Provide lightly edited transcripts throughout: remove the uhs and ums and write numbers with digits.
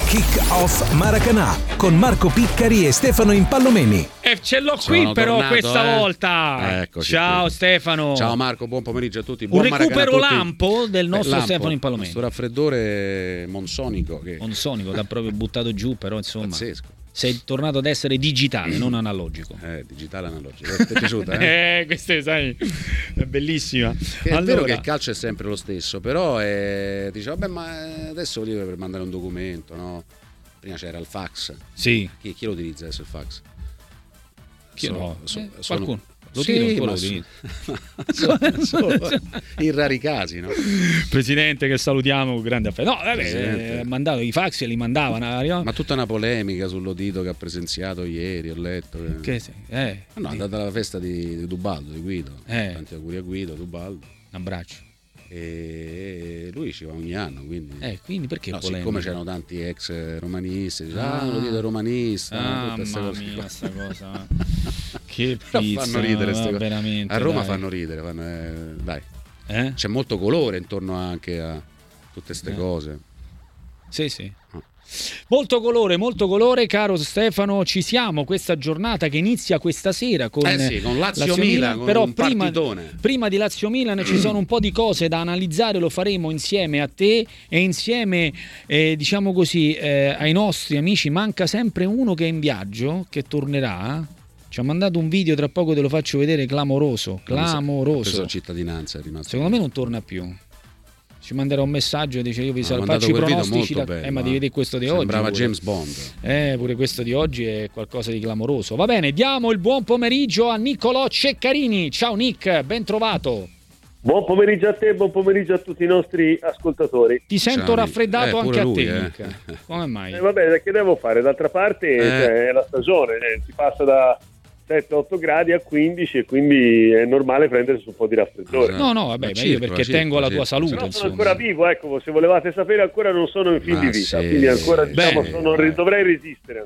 Kick Off Maracanã con Marco Piccari e Stefano Impallomeni. Ce l'ho qui però tornato, questa volta. Eccoci Ciao qui. Stefano. Ciao Marco, buon pomeriggio a tutti. Un Buon recupero Maracanã a tutti. lampo del nostro Lampo, Stefano Impallomeni. Questo raffreddore monsonico che Monsonico, l'ha proprio buttato giù, però insomma. pazzesco. Sei tornato ad essere digitale, non analogico. Digitale analogico. Ti è piaciuta? Questa sai, è bellissima. È vero che il calcio è sempre lo stesso, però dice vabbè, ma adesso volevo per mandare un documento, no? Prima c'era il fax. Sì. Chi lo utilizza adesso il fax? Qualcuno. Lo sì, tiro ancora, lo solo in rari casi, no? Presidente che salutiamo con grande affetto. No, vabbè, mandato i fax e li mandavano. Ma tutta una polemica sull'Odito che ha presenziato ieri, ho letto. Che sei? È andata alla festa di Dubaldo, di Guido. Tanti auguri a Guido, Dubaldo. Un abbraccio. E lui ci va ogni anno, quindi perché polemica? Siccome c'erano tanti ex romanisti, l'Odito è romanista, mamma mia, sta cosa. Che pizza, fanno ridere veramente. A Roma dai. fanno ridere, dai. C'è molto colore intorno anche a tutte ste cose. Sì. Molto colore, caro Stefano. Ci siamo questa giornata che inizia questa sera con Lazio-Milan, però un partitone. prima di Lazio-Milan ci sono un po' di cose da analizzare, lo faremo insieme a te e insieme diciamo così ai nostri amici. Manca sempre uno che è in viaggio, che tornerà. Ci ha mandato un video, tra poco te lo faccio vedere, clamoroso. Ha preso cittadinanza, è rimasto. Secondo me non torna più. Ci manderà un messaggio e dice io vi faccio i quel pronostici video molto bello, ma devi vedere questo di oggi. Sembrava James Bond. Pure questo di oggi è qualcosa di clamoroso. Va bene, diamo il buon pomeriggio a Niccolò Ceccarini. Ciao Nick, ben trovato. Buon pomeriggio a te, buon pomeriggio a tutti i nostri ascoltatori. Ti sento raffreddato anche a te, Nick. Come mai? Vabbè, che devo fare? D'altra parte è la stagione, si passa da 7-8 gradi a 15 e quindi è normale prendersi un po' di raffreddore. No, vabbè, ma io perché tengo la tua salute. Però sono ancora vivo, ecco, se volevate sapere ancora non sono in fin di vita, quindi ancora dovrei resistere.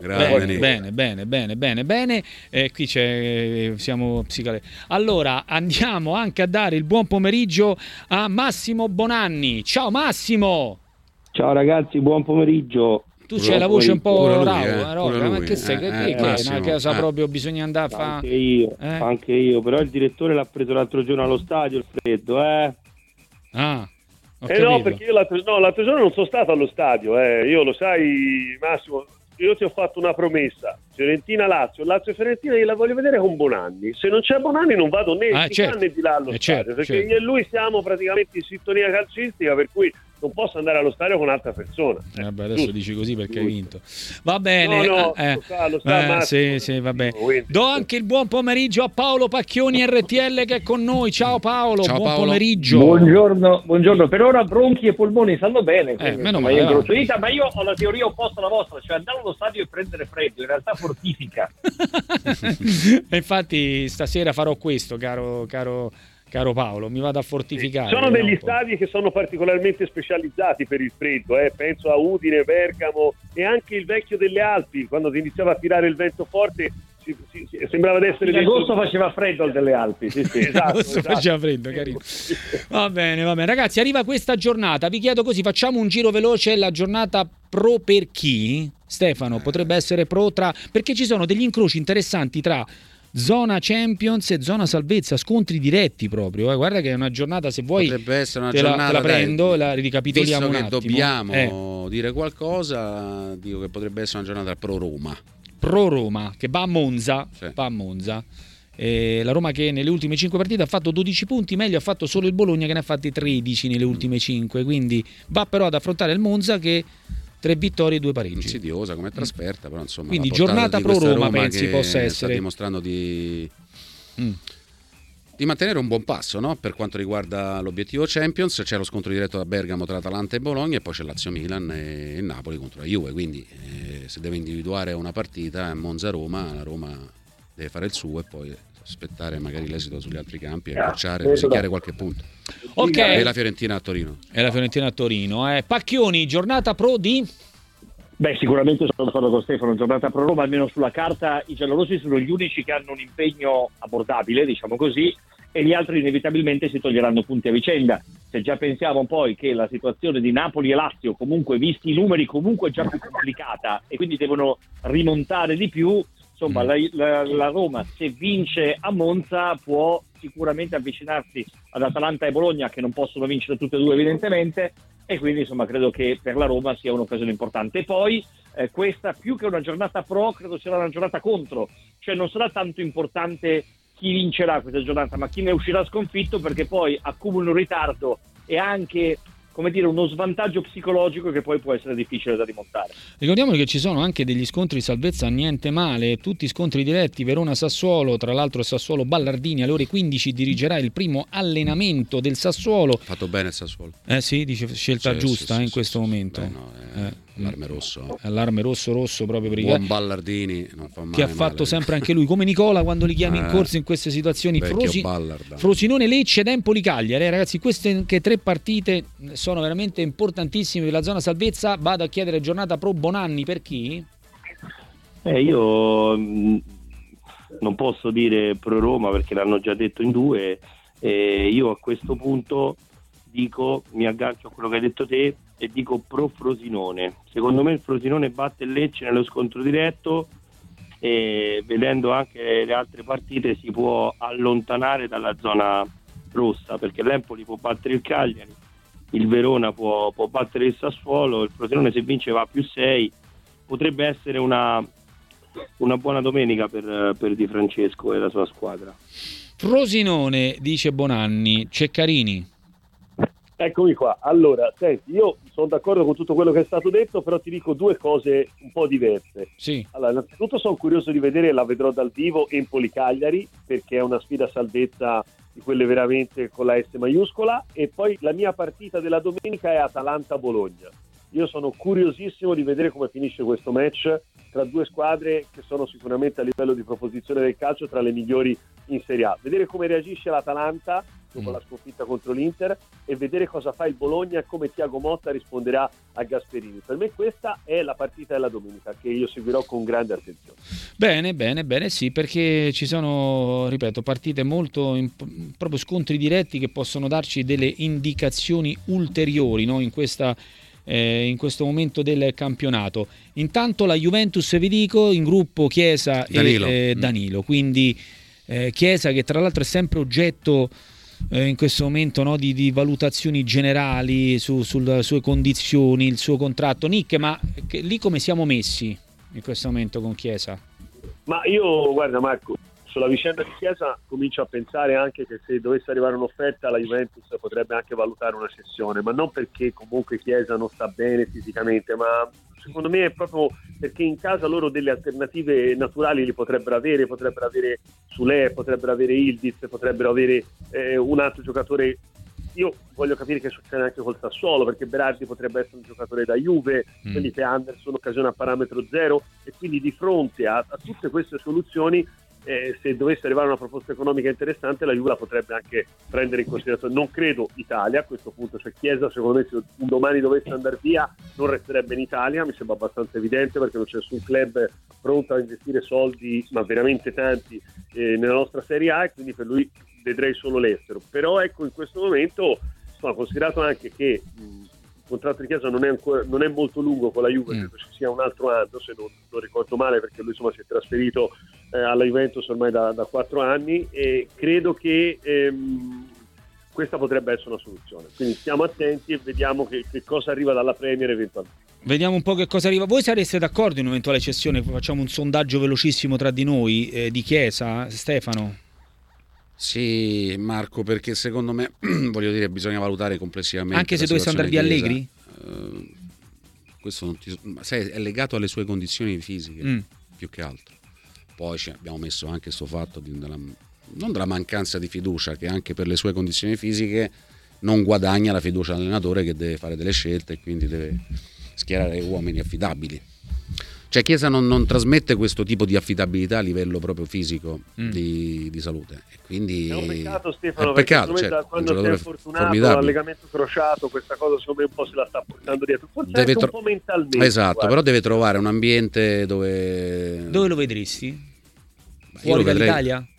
Bene. Qui siamo psicale. Allora, andiamo anche a dare il buon pomeriggio a Massimo Bonanni. Ciao Massimo! Ciao ragazzi, buon pomeriggio. Tu c'hai la voce un po' rauca, ma che sei? Che è una casa proprio bisogna andare a fare? Anche io, però il direttore l'ha preso l'altro giorno allo stadio il freddo, no, perché io l'altro giorno non sono stato allo stadio, io lo sai Massimo, io ti ho fatto una promessa, Fiorentina-Lazio, Lazio-Fiorentina io la voglio vedere con Bonanni, se non c'è Bonanni non vado né di qua né di là allo stadio, perché io e lui siamo praticamente in sintonia calcistica, per cui non posso andare allo stadio con un'altra persona. Vabbè, adesso dici così perché hai vinto. Va bene. Lo sa sì, va bene. Do anche il buon pomeriggio a Paolo Pacchioni RTL che è con noi. Ciao Paolo, ciao, buon Paolo. pomeriggio. Buongiorno. Per ora bronchi e polmoni stanno bene. Meno male. Ma io ho la teoria opposta alla vostra, cioè andare allo stadio e prendere freddo, in realtà fortifica. E infatti stasera farò questo, caro Paolo, mi vado a fortificare. Sono degli stadi che sono particolarmente specializzati per il freddo, penso a Udine, Bergamo e anche il vecchio delle Alpi, quando si iniziava a tirare il vento forte sembrava di essere... In agosto faceva freddo al delle Alpi, sì. Esatto. Faceva freddo, carino. Va bene, ragazzi, arriva questa giornata, vi chiedo così, facciamo un giro veloce, la giornata pro per chi? Stefano, potrebbe essere pro perché ci sono degli incroci interessanti tra zona Champions e zona salvezza, scontri diretti proprio. Guarda che è una giornata, se vuoi potrebbe essere una te giornata, la prendo, la ricapitoliamo visto un attimo. Che dobbiamo dire qualcosa, dico che potrebbe essere una giornata pro Roma, che va a Monza, la Roma che nelle ultime 5 partite ha fatto 12 punti, meglio ha fatto solo il Bologna che ne ha fatti 13 nelle ultime 5, quindi va però ad affrontare il Monza che 3 vittorie e 2 pareggi. Insidiosa come trasferta, però insomma. Quindi giornata pro Roma pensi possa essere. Sta dimostrando di mantenere un buon passo, no? Per quanto riguarda l'obiettivo Champions. C'è lo scontro diretto da Bergamo tra Atalanta e Bologna e poi c'è Lazio-Milan e Napoli contro la Juve, quindi se deve individuare una partita Monza-Roma, la Roma deve fare il suo e poi aspettare magari l'esito sugli altri campi e rosicchiare qualche punto. Ok. E la Fiorentina a Torino. Pacchioni, giornata pro di? Beh, sicuramente sono d'accordo con Stefano, giornata pro Roma, almeno sulla carta i giallorossi sono gli unici che hanno un impegno abbordabile, diciamo così, e gli altri inevitabilmente si toglieranno punti a vicenda. Se già pensiamo poi che la situazione di Napoli e Lazio, comunque visti i numeri, comunque è già più complicata e quindi devono rimontare di più, insomma la Roma, se vince a Monza, può sicuramente avvicinarsi ad Atalanta e Bologna, che non possono vincere tutte e due evidentemente, e quindi insomma credo che per la Roma sia un'occasione importante. E poi questa, più che una giornata pro, credo sia una giornata contro, cioè non sarà tanto importante chi vincerà questa giornata, ma chi ne uscirà sconfitto, perché poi accumula un ritardo e anche, come dire, uno svantaggio psicologico che poi può essere difficile da rimontare. Ricordiamo che ci sono anche degli scontri di salvezza niente male, tutti scontri diretti. Verona-Sassuolo, tra l'altro Sassuolo Ballardini alle ore 15 dirigerà il primo allenamento del Sassuolo. Fatto bene il Sassuolo. Sì, dice scelta giusta in questo momento. Allarme rosso. Allarme rosso proprio per Buon Ballardini, non fa male, che ha fatto sempre anche lui, come Nicola quando li chiami in corso in queste situazioni. Frosinone, Lecce ed Empoli Cagliari, ragazzi, queste anche 3 partite sono veramente importantissime per la zona salvezza. Vado a chiedere giornata pro Bonanni, per chi? Io non posso dire pro Roma perché l'hanno già detto in 2, io a questo punto dico, mi aggancio a quello che hai detto te e dico pro Frosinone. Secondo me il Frosinone batte il Lecce nello scontro diretto e vedendo anche le altre partite si può allontanare dalla zona rossa, perché l'Empoli può battere il Cagliari, il Verona può battere il Sassuolo, il Frosinone se vince va a +6, potrebbe essere una buona domenica per Di Francesco e la sua squadra. Frosinone, dice Bonanni. Ceccarini. Eccomi qua. Allora, senti, io sono d'accordo con tutto quello che è stato detto, però ti dico 2 cose un po' diverse. Sì. Allora, innanzitutto sono curioso di vedere, la vedrò dal vivo, Empoli-Cagliari, perché è una sfida salvezza di quelle veramente con la S maiuscola, e poi la mia partita della domenica è Atalanta-Bologna. Io sono curiosissimo di vedere come finisce questo match tra 2 squadre che sono sicuramente a livello di proposizione del calcio tra le migliori in Serie A. Vedere come reagisce l'Atalanta dopo la sconfitta contro l'Inter e vedere cosa fa il Bologna e come Thiago Motta risponderà a Gasperini. Per me questa è la partita della domenica che io seguirò con grande attenzione. Bene, sì, perché ci sono, ripeto, partite molto proprio scontri diretti che possono darci delle indicazioni ulteriori, no? in questo momento del campionato. Intanto la Juventus, vi dico, in gruppo Chiesa e Danilo, quindi Chiesa, che tra l'altro è sempre oggetto in questo momento, no, di valutazioni generali sulle sue condizioni, il suo contratto. Nick, ma lì come siamo messi in questo momento con Chiesa? Ma io, guarda Marco, sulla vicenda di Chiesa comincio a pensare anche che se dovesse arrivare un'offerta la Juventus potrebbe anche valutare una cessione, ma non perché comunque Chiesa non sta bene fisicamente, ma secondo me è proprio perché in casa loro delle alternative naturali li potrebbero avere Sule, potrebbero avere Ildiz, potrebbero avere un altro giocatore. Io voglio capire che succede anche col Sassuolo, perché Berardi potrebbe essere un giocatore da Juve, Felipe Anderson occasione a parametro zero, e quindi di fronte a tutte queste soluzioni, se dovesse arrivare una proposta economica interessante, la Juve la potrebbe anche prendere in considerazione. Non credo Italia a questo punto, cioè Chiesa secondo me se un domani dovesse andare via non resterebbe in Italia, mi sembra abbastanza evidente, perché non c'è nessun club pronto a investire soldi, ma veramente tanti, nella nostra Serie A, e quindi per lui vedrei solo l'estero. Però ecco, in questo momento, insomma, considerato anche che il contratto di Chiesa non è molto lungo con la Juve, credo ci sia un altro anno, se non ricordo male, perché lui insomma si è trasferito alla Juventus ormai da 4 anni, e credo che questa potrebbe essere una soluzione. Quindi stiamo attenti e vediamo che cosa arriva dalla Premier eventualmente. Vediamo un po' che cosa arriva. Voi sareste d'accordo in un'eventuale cessione? Facciamo un sondaggio velocissimo tra di noi, di Chiesa, Stefano? Sì, Marco, perché secondo me, voglio dire, bisogna valutare complessivamente. Anche se dovesse andare via Allegri? Questo non sai, è legato alle sue condizioni fisiche, più che altro. Poi abbiamo messo anche questo fatto non della mancanza di fiducia, che anche per le sue condizioni fisiche non guadagna la fiducia dell'allenatore, che deve fare delle scelte e quindi deve schierare uomini affidabili. Cioè Chiesa non trasmette questo tipo di affidabilità a livello proprio fisico di salute, e quindi è un peccato, Stefano, è un peccato, perché certo, quando si è infortunato l'allegamento crociato, questa cosa secondo me un po' se la sta portando dietro, forse anche un po' mentalmente. Esatto, guarda. Però deve trovare un ambiente dove lo vedresti? Fuori dall'Italia?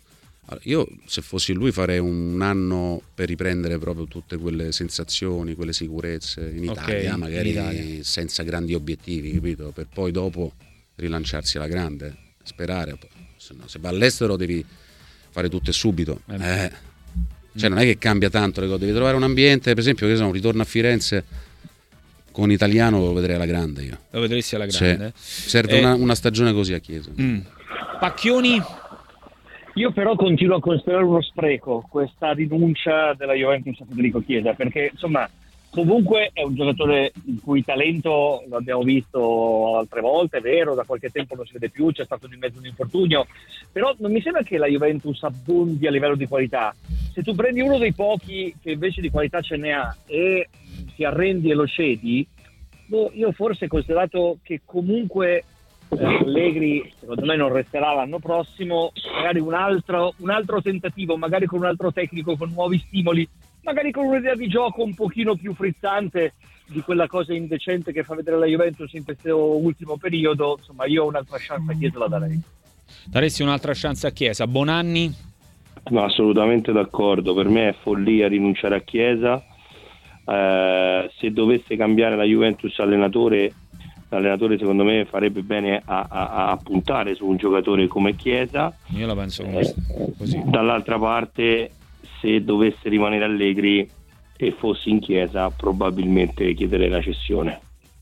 Allora, io se fossi lui farei un anno per riprendere proprio tutte quelle sensazioni, quelle sicurezze in Italia, magari in Italia, senza grandi obiettivi, capito? Per poi dopo rilanciarsi alla grande, sperare. Se va all'estero devi fare tutto e subito. Cioè non è che cambia tanto le cose, devi trovare un ambiente, per esempio, che se un ritorno a Firenze con Italiano lo vedrei alla grande io. Lo vedresti alla grande? Serve una stagione così a Chiesa. Pacchioni? Io però continuo a considerare uno spreco questa rinuncia della Juventus a Federico Chiesa, perché insomma comunque è un giocatore il cui talento lo abbiamo visto altre volte, è vero, da qualche tempo non si vede più, c'è stato di mezzo un infortunio, però non mi sembra che la Juventus abbondi a livello di qualità. Se tu prendi uno dei pochi che invece di qualità ce ne ha e ti arrendi e lo cedi, io forse considerato che comunque Allegri secondo me non resterà l'anno prossimo, magari un altro tentativo, magari con un altro tecnico, con nuovi stimoli, magari con un'idea di gioco un pochino più frizzante di quella cosa indecente che fa vedere la Juventus in questo ultimo periodo, insomma io un'altra chance a Chiesa la darei. Daresti un'altra chance a Chiesa? Bonanni? No, assolutamente d'accordo, per me è follia rinunciare a Chiesa. Se dovesse cambiare la Juventus l'allenatore secondo me farebbe bene a puntare su un giocatore come Chiesa. Io la penso così. Dall'altra parte, se dovesse rimanere Allegri e fossi in Chiesa, probabilmente chiederei la cessione.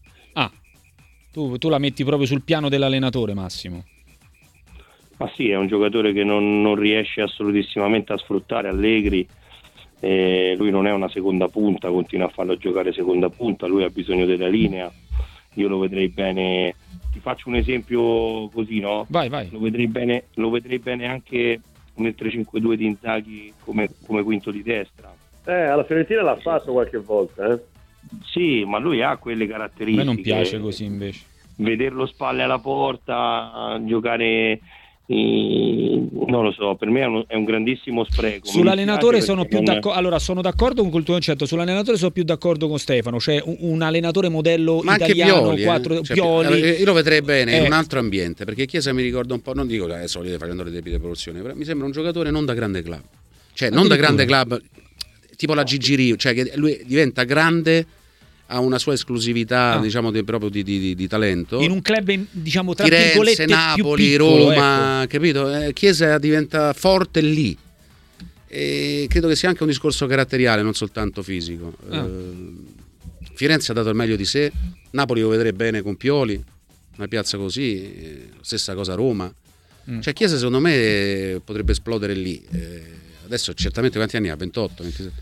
Tu la metti proprio sul piano dell'allenatore, Massimo? Ma sì, è un giocatore che non riesce assolutissimamente a sfruttare Allegri. Lui non è una seconda punta, continua a farlo giocare seconda punta, lui ha bisogno della linea. Io lo vedrei bene, ti faccio un esempio così, no? Vai. Lo vedrei bene anche nel 3-5-2 di Inzaghi come quinto di destra. Alla Fiorentina l'ha fatto qualche volta, Sì, ma lui ha quelle caratteristiche. A me non piace così invece. Vederlo spalle alla porta, giocare, non lo so, per me è un grandissimo spreco. Sull'allenatore sono più d'accordo. Allora, sono d'accordo con quel tuo concetto. Sull'allenatore sono più d'accordo con Stefano. Cioè un allenatore modello ma italiano, anche Pioli. Io lo vedrei bene in un altro ambiente, perché Chiesa mi ricorda un po', non dico le solite facendo le debite proporzioni, però mi sembra un giocatore non da grande club. Cioè non da grande club, tipo la Gigi Rio, cioè che lui diventa grande, ha una sua esclusività, diciamo, proprio di talento. In un club, diciamo, tra Firenze, virgolette, Napoli, più piccolo, Roma, capito? Chiesa diventa forte lì. E credo che sia anche un discorso caratteriale, non soltanto fisico. Firenze ha dato il meglio di sé, Napoli lo vedrei bene con Pioli, una piazza così, stessa cosa Roma. Cioè Chiesa secondo me potrebbe esplodere lì. Adesso certamente quanti anni ha? 28, 27?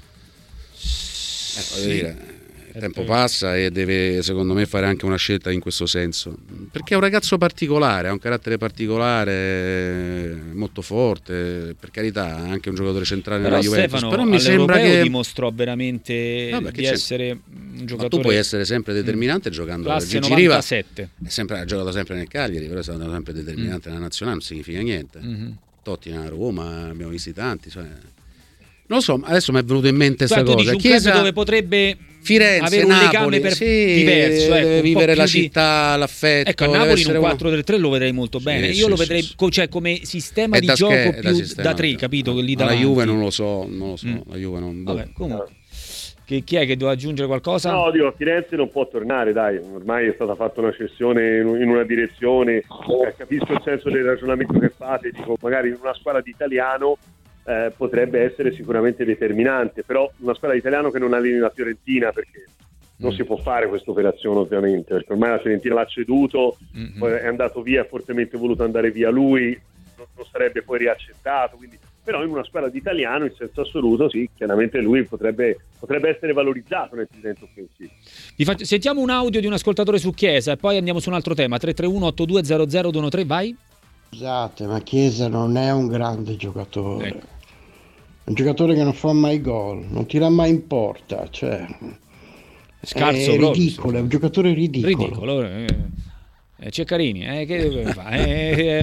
Voglio dire, il tempo passa e deve secondo me fare anche una scelta in questo senso, perché è un ragazzo particolare, ha un carattere particolare, molto forte, per carità, anche un giocatore centrale nella Juventus. Stefano, però mi sembra che dimostrò veramente di essere un giocatore. Ma tu puoi essere sempre determinante giocando. Classe Gigi Riva 97. ha giocato sempre nel Cagliari, però è stato sempre determinante nella nazionale, non significa niente. Totti a Roma, abbiamo visti tanti, cioè. Non lo so, adesso mi è venuto in mente questa cosa. Chiesa dove potrebbe Firenze, avere un legame diverso, deve vivere la città, l'affetto. Ecco, a Napoli in un 4-3 lo vedrei molto bene. Io lo vedrei cioè, come sistema di gioco più da 3, capito? Che lì la Juve non lo so, la Juve non. Vabbè, comunque. Chi è che deve aggiungere qualcosa? No, dico, Firenze non può tornare, dai, ormai è stata fatta una cessione in una direzione, capisco il senso del ragionamento che fate, dico, magari in una squadra di italiano potrebbe essere sicuramente determinante, però una squadra di italiano che non alleni la Fiorentina, perché non si può fare questa operazione ovviamente, perché ormai la Fiorentina l'ha ceduto, poi è andato via, fortemente voluto andare via lui, non sarebbe poi riaccettato, quindi però in una squadra di italiano in senso assoluto sì, chiaramente lui potrebbe essere valorizzato nel presente offensivo. Sentiamo un audio di un ascoltatore su Chiesa e poi andiamo su un altro tema. 331-8200-213, vai. Scusate, ma Chiesa non è un grande giocatore, ecco. Un giocatore che non fa mai gol, non tira mai in porta, cioè scarso, è ridicolo, è un giocatore ridicolo. Ceccarini, che deve fare?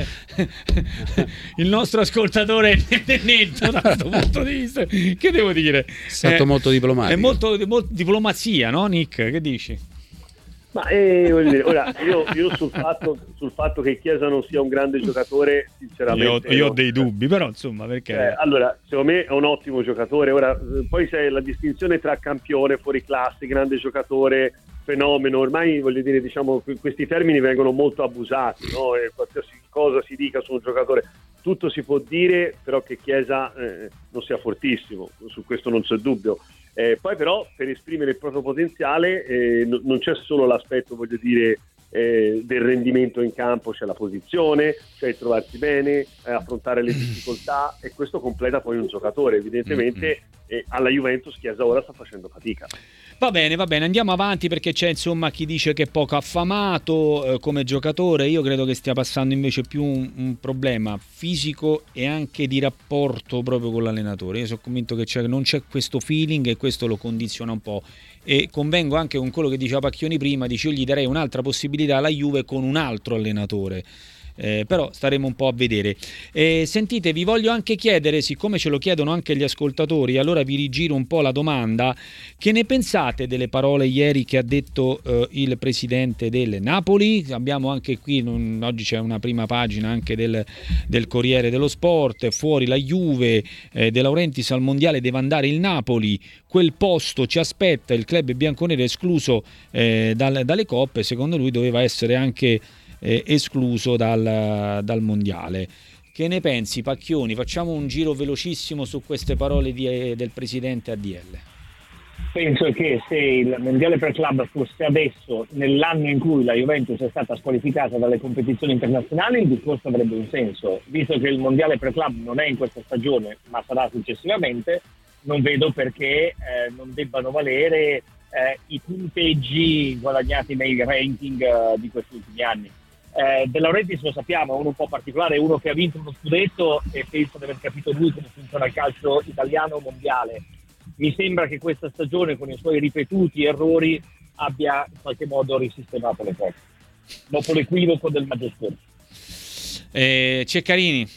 Il nostro ascoltatore è netto da questo punto di vista. Che devo dire? È stato molto diplomatico. È molto diplomazia, no, Nick? Che dici? Ma voglio dire, ora io sul fatto che Chiesa non sia un grande giocatore, sinceramente io ho dei dubbi, però insomma, perché allora secondo me è un ottimo giocatore. Ora poi c'è la distinzione tra campione, fuori classe, grande giocatore, fenomeno. Ormai voglio dire, diciamo, questi termini vengono molto abusati, no? E qualsiasi cosa si dica su un giocatore, tutto si può dire, però che Chiesa non sia fortissimo, su questo non c'è dubbio. Poi però per esprimere il proprio potenziale non c'è solo l'aspetto, voglio dire, del rendimento in campo, c'è la posizione, c'è il trovarsi bene, affrontare le difficoltà, e questo completa poi un giocatore. Evidentemente alla Juventus Chiesa ora sta facendo fatica. Va bene, andiamo avanti, perché c'è insomma chi dice che è poco affamato come giocatore. Io credo che stia passando invece più un problema fisico e anche di rapporto proprio con l'allenatore. Io sono convinto che non c'è questo feeling, e questo lo condiziona un po'. E convengo anche con quello che diceva Pacchioni prima, dice: io gli darei un'altra possibilità alla Juve con un altro allenatore. Però staremo un po' a vedere. Sentite, vi voglio anche chiedere, siccome ce lo chiedono anche gli ascoltatori, allora vi rigiro un po' la domanda: che ne pensate delle parole ieri che ha detto il presidente del Napoli? Abbiamo anche qui, oggi c'è una prima pagina anche del Corriere dello Sport: fuori la Juve, De Laurentiis al mondiale deve andare il Napoli, quel posto ci aspetta, il club bianconero escluso dalle coppe. Secondo lui doveva essere anche escluso dal mondiale. Che ne pensi, Pacchioni? Facciamo un giro velocissimo su queste parole del presidente ADL. Penso che se il mondiale per club fosse adesso, nell'anno in cui la Juventus è stata squalificata dalle competizioni internazionali, il discorso avrebbe un senso. Visto che il mondiale per club non è in questa stagione ma sarà successivamente, non vedo perché non debbano valere i punteggi guadagnati nei ranking di questi ultimi anni. De Laurentiis, lo sappiamo, è uno un po' particolare, è uno che ha vinto uno scudetto, e penso di aver capito lui come funziona il calcio italiano mondiale. Mi sembra che questa stagione, con i suoi ripetuti errori, abbia in qualche modo risistemato le cose dopo l'equivoco del maggio scorso. Ceccarini.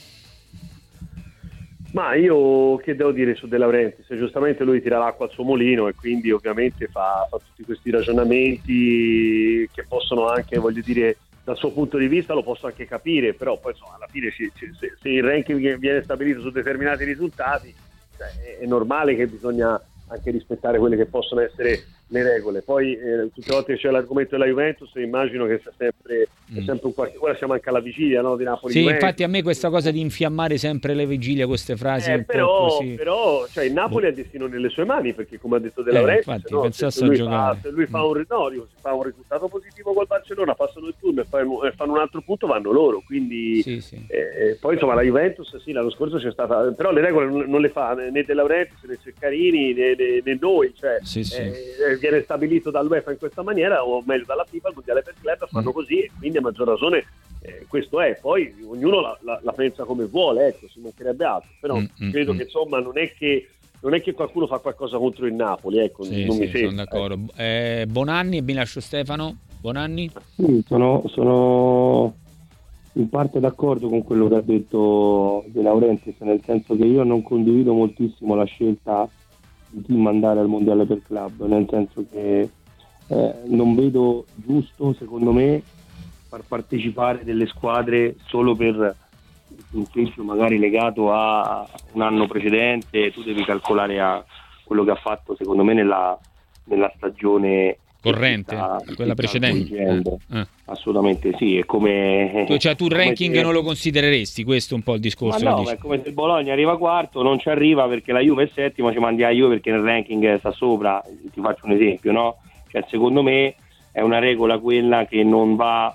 Ma io che devo dire su De Laurentiis? Giustamente lui tira l'acqua al suo mulino, e quindi ovviamente fa tutti questi ragionamenti che possono anche, voglio dire, dal suo punto di vista lo posso anche capire, però poi insomma, alla fine se il ranking viene stabilito su determinati risultati, è normale che bisogna anche rispettare quelle che possono essere le regole. Poi tutte le volte che c'è l'argomento della Juventus, immagino che sia sempre un qualche... Ora siamo anche alla vigilia, no, di Napoli. Sì, Juventus. Infatti a me questa cosa di infiammare sempre le vigilie, queste frasi un però, po' così. Però cioè, il Napoli ha il destino nelle sue mani, perché come ha detto De Laurentiis, no, se lui fa un risultato positivo col Barcellona, passano il turno e fanno un altro punto, vanno loro. Quindi sì. poi insomma la Juventus, sì, l'anno scorso c'è stata, però le regole non le fa né De Laurentiis né Ceccarini né noi, cioè viene stabilito dall'UEFA in questa maniera, o meglio dalla FIFA, il mondiale per club fanno così, e quindi a maggior ragione questo è. Poi ognuno la pensa come vuole, ecco, ci mancherebbe altro, però credo che insomma non è che qualcuno fa qualcosa contro il Napoli, ecco, non mi sembra. Sono d'accordo. Bonanni, e mi lascio Stefano. Bonanni? Sì, sono in parte d'accordo con quello che ha detto De Laurentiis, nel senso che io non condivido moltissimo la scelta di chi mandare al mondiale per club, nel senso che non vedo giusto, secondo me, far partecipare delle squadre solo per il punteggio magari legato a un anno precedente. Tu devi calcolare a quello che ha fatto, secondo me, nella stagione corrente, quella precedente. Assolutamente sì, è come tu il ranking non lo considereresti, questo è un po' il discorso. Ma no, è come se il Bologna arriva quarto, non ci arriva perché la Juve è settima, ci mandi a Juve perché nel ranking sta sopra. Ti faccio un esempio, no? Cioè, secondo me è una regola quella che non va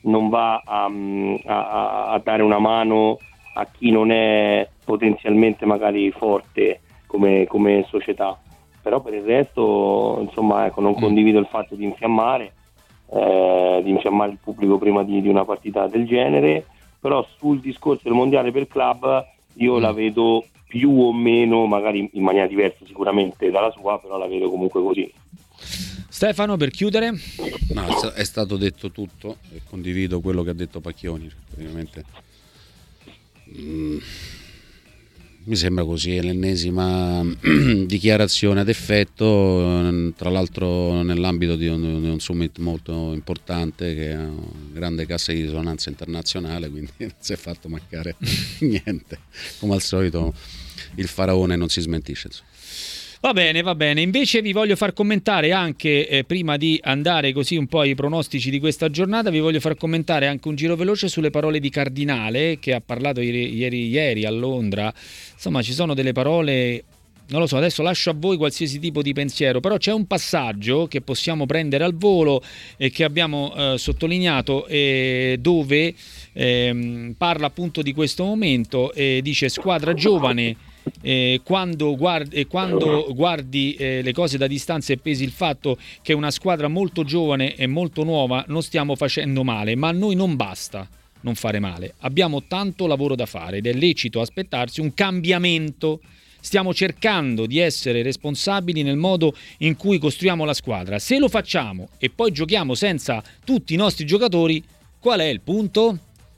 a dare una mano a chi non è potenzialmente magari forte come società. Però per il resto, insomma, ecco, non condivido il fatto di infiammare il pubblico prima di una partita del genere. Però sul discorso del mondiale per club io la vedo più o meno, magari in maniera diversa sicuramente dalla sua, però la vedo comunque così. Stefano, per chiudere? No, è stato detto tutto e condivido quello che ha detto Pacchioni. Praticamente Mi sembra così, è l'ennesima dichiarazione ad effetto, tra l'altro nell'ambito di un summit molto importante che ha una grande cassa di risonanza internazionale, quindi non si è fatto mancare niente. Come al solito il faraone non si smentisce, insomma. Va bene. Invece vi voglio far commentare anche, prima di andare così un po' ai pronostici di questa giornata, vi voglio far commentare anche un giro veloce sulle parole di Cardinale, che ha parlato ieri a Londra. Insomma, ci sono delle parole, non lo so, adesso lascio a voi qualsiasi tipo di pensiero, però c'è un passaggio che possiamo prendere al volo e che abbiamo sottolineato, dove parla appunto di questo momento, dice: squadra giovane. Quando guardi le cose da distanza e pesi il fatto che è una squadra molto giovane e molto nuova, non stiamo facendo male, ma a noi non basta non fare male, abbiamo tanto lavoro da fare ed è lecito aspettarsi un cambiamento. Stiamo cercando di essere responsabili nel modo in cui costruiamo la squadra. Se lo facciamo e poi giochiamo senza tutti i nostri giocatori, qual è il punto?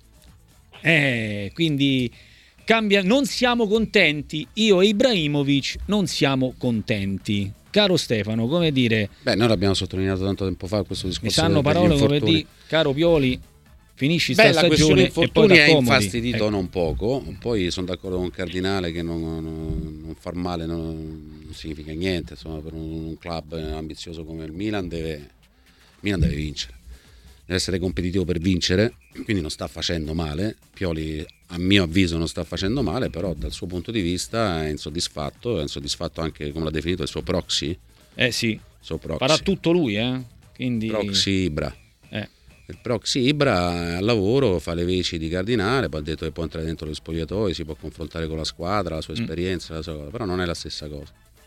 Quindi non siamo contenti, io e Ibrahimovic non siamo contenti. Caro Stefano, come dire... Beh, noi l'abbiamo sottolineato tanto tempo fa questo discorso. Mi sanno parole come di caro Pioli, finisci sta stagione e poi mi ha infastidito non poco. Poi sono d'accordo con Cardinale che non far male non significa niente, insomma, per un club ambizioso come il Milan deve vincere. Deve essere competitivo per vincere, quindi non sta facendo male. Pioli, a mio avviso, non sta facendo male, però dal suo punto di vista è insoddisfatto anche, come l'ha definito, il suo proxy. Sì, il suo proxy. Farà tutto lui, quindi... Proxy Ibra. Il proxy Ibra al lavoro fa le veci di Cardinale, poi ha detto che può entrare dentro gli spogliatoi, si può confrontare con la squadra, la sua esperienza, la sua cosa, però non è la stessa cosa.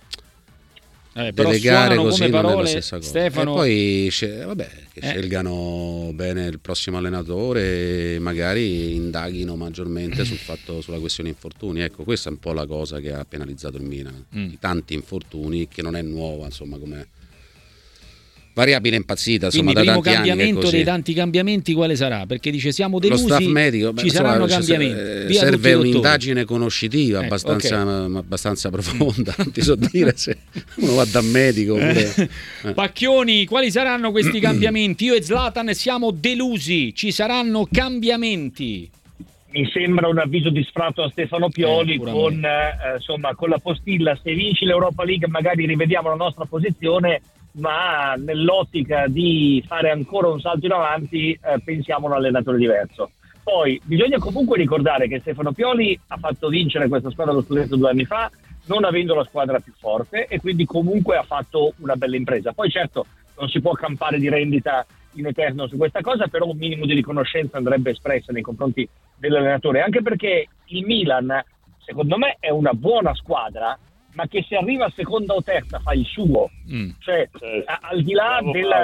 Però delegare suonano così come parole, non è la stessa cosa. Stefano... E poi scelgano bene il prossimo allenatore e magari indaghino maggiormente sulla questione infortuni. Ecco, questa è un po' la cosa che ha penalizzato il Milan, i tanti infortuni, che non è nuova, insomma, come variabile impazzita, insomma. Quindi da il primo tanti cambiamento anni dei tanti cambiamenti quale sarà? Perché dice siamo delusi, lo staff medico, ci saranno cambiamenti. Serve un'indagine conoscitiva abbastanza profonda, non ti so dire se uno va da medico oppure... Pacchioni, quali saranno questi cambiamenti? Io e Zlatan siamo delusi, ci saranno cambiamenti. Mi sembra un avviso di sfratto a Stefano Pioli con la postilla: se vinci l'Europa League magari rivediamo la nostra posizione, ma nell'ottica di fare ancora un salto in avanti pensiamo a un allenatore diverso. Poi bisogna comunque ricordare che Stefano Pioli ha fatto vincere questa squadra allo scudetto 2 anni fa, non avendo la squadra più forte, e quindi comunque ha fatto una bella impresa. Poi certo non si può campare di rendita in eterno su questa cosa, però un minimo di riconoscenza andrebbe espressa nei confronti dell'allenatore, anche perché il Milan secondo me è una buona squadra, ma che se arriva seconda o terza fa il suo, cioè al di là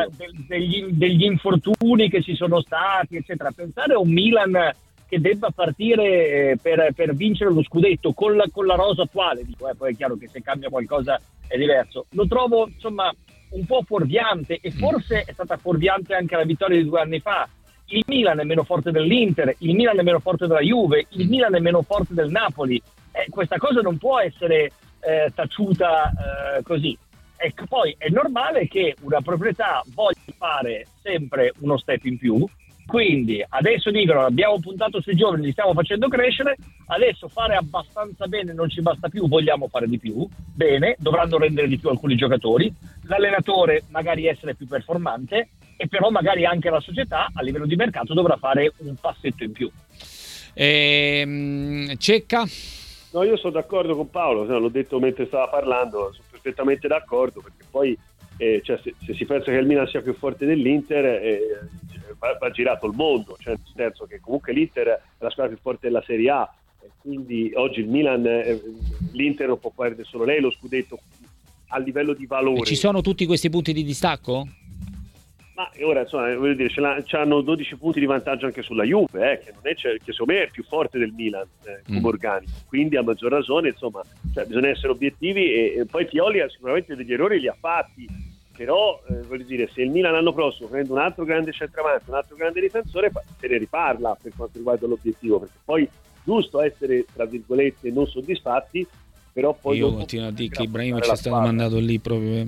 degli infortuni che ci sono stati, eccetera, pensare a un Milan che debba partire per vincere lo scudetto con la rosa attuale, poi è chiaro che se cambia qualcosa è diverso, lo trovo insomma un po' fuorviante, e forse è stata fuorviante anche la vittoria di 2 anni fa. Il Milan è meno forte dell'Inter, il Milan è meno forte della Juve, il Milan è meno forte del Napoli, questa cosa non può essere taciuta così. Ecco, poi è normale che una proprietà voglia fare sempre uno step in più, quindi adesso dicono abbiamo puntato sui giovani, li stiamo facendo crescere, adesso fare abbastanza bene non ci basta più, vogliamo fare di più, bene, dovranno rendere di più alcuni giocatori, l'allenatore magari essere più performante, e però magari anche la società a livello di mercato dovrà fare un passetto in più. Cecca? No, io sono d'accordo con Paolo, l'ho detto mentre stava parlando, sono perfettamente d'accordo, perché poi se si pensa che il Milan sia più forte dell'Inter, va girato il mondo, cioè nel senso che comunque l'Inter è la squadra più forte della Serie A, e quindi oggi il Milan, l'Inter non può perdere solo lei lo scudetto a livello di valore. E ci sono tutti questi punti di distacco? Ma ora insomma voglio dire, c'hanno 12 punti di vantaggio anche sulla Juve, che non è, che secondo me è più forte del Milan come organico, quindi a maggior ragione insomma, bisogna essere obiettivi, e poi Pioli sicuramente degli errori li ha fatti, però voglio dire, se il Milan l'anno prossimo prende un altro grande centravanti, un altro grande difensore, se ne riparla per quanto riguarda l'obiettivo, perché poi giusto essere, tra virgolette, non soddisfatti, però poi... Io continuo a dire che Ibrahimovic è stato mandato lì proprio...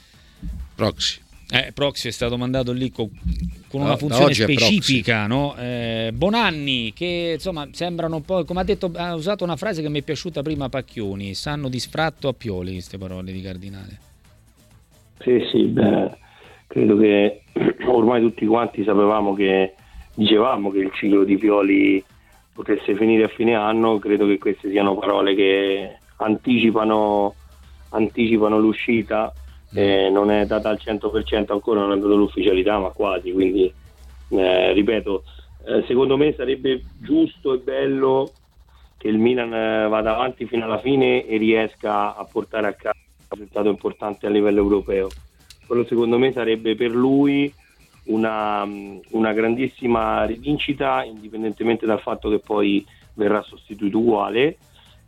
Proxy è stato mandato lì con una funzione specifica, no? Bonanni, che insomma sembrano un po', come ha usato una frase che mi è piaciuta prima Pacchioni, sanno di sfratto a Pioli, queste parole di Cardinale. Sì, credo che ormai tutti quanti dicevamo che il ciclo di Pioli potesse finire a fine anno. Credo che queste siano parole che anticipano l'uscita. Non è data al 100% ancora, non è data l'ufficialità, ma quasi, quindi ripeto, secondo me sarebbe giusto e bello che il Milan vada avanti fino alla fine e riesca a portare a casa un risultato importante a livello europeo. Quello secondo me sarebbe per lui una grandissima rivincita, indipendentemente dal fatto che poi verrà sostituito uguale.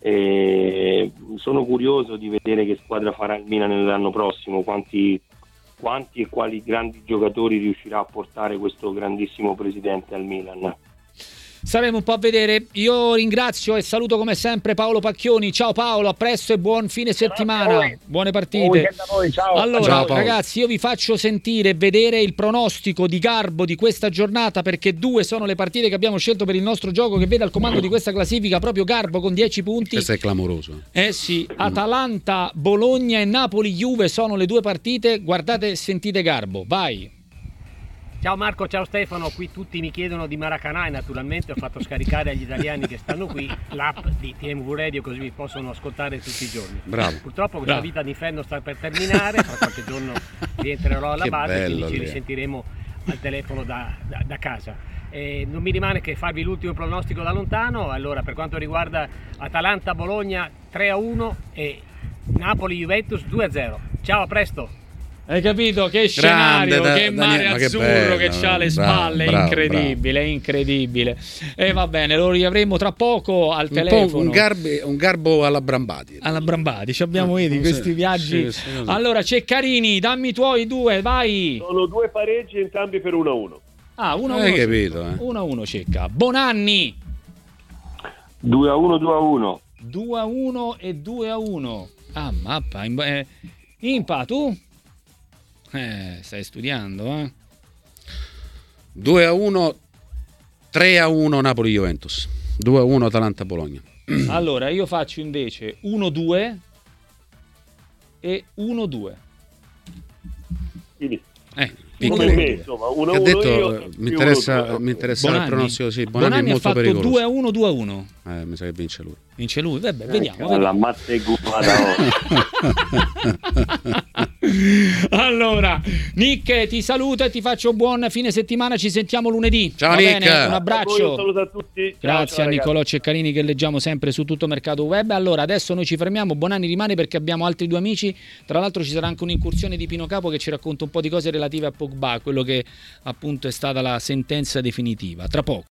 Sono curioso di vedere che squadra farà il Milan l'anno prossimo, quanti e quali grandi giocatori riuscirà a portare questo grandissimo presidente al Milan. Staremo un po' a vedere. Io ringrazio e saluto come sempre Paolo Pacchioni. Ciao Paolo, a presto e buon fine settimana. Buone partite. Ciao. Allora, ciao, ragazzi, io vi faccio sentire e vedere il pronostico di Garbo di questa giornata, perché 2 sono le partite che abbiamo scelto per il nostro gioco, che vede al comando di questa classifica proprio Garbo con 10 punti. Questo è clamoroso. Sì, Atalanta, Bologna e Napoli Juve sono le 2 partite. Guardate e sentite Garbo. Vai. Ciao Marco, ciao Stefano, qui tutti mi chiedono di Maracanã e naturalmente ho fatto scaricare agli italiani che stanno qui l'app di TMV Radio, così mi possono ascoltare tutti i giorni. Bravo. Purtroppo questa vita di inferno sta per terminare, fra qualche giorno rientrerò alla base, quindi ci risentiremo al telefono da casa. Non mi rimane che farvi l'ultimo pronostico da lontano. Allora, per quanto riguarda Atalanta-Bologna 3-1 e Napoli-Juventus 2-0. Ciao, a presto! Hai capito? Che scenario, che mare azzurro che c'ha alle spalle, bravo, incredibile, incredibile. E va bene, lo riavremo tra poco al telefono. Un garbo alla Brambati. Alla Brambati, ci abbiamo di questi viaggi. Sì, allora, Ceccarini, dammi i tuoi 2, vai. Sono 2 pareggi entrambi per 1-1. Ah, 1-1. Hai capito, 1-1 Cecca. Bonanni. 2-1. 2-1 e 2-1. Ah, mappa. Impa, tu? Stai studiando, 2-1, 3-1 Napoli-Juventus, 2-1 Atalanta-Bologna. Allora, io faccio invece 1-2 e 1-2. Quindi, piccolo. insomma, 1-1 ha detto, io, mi interessa il pronostico, sì. Bonanni è molto pericoloso. Ha fatto 2-1. Mi sa che vince lui. Vince lui? Vabbè, vediamo. La mazza e Allora, Nick, ti saluto e ti faccio buon fine settimana. Ci sentiamo lunedì. Ciao Nick. Bene? Un abbraccio. Un saluto a tutti. Grazie a Niccolò Ceccarini, che leggiamo sempre su Tutto Mercato Web. Allora, adesso noi ci fermiamo. Bonanni rimane perché abbiamo altri 2 amici. Tra l'altro ci sarà anche un'incursione di Pino Capo che ci racconta un po' di cose relative a Pogba, quello che appunto è stata la sentenza definitiva. Tra poco.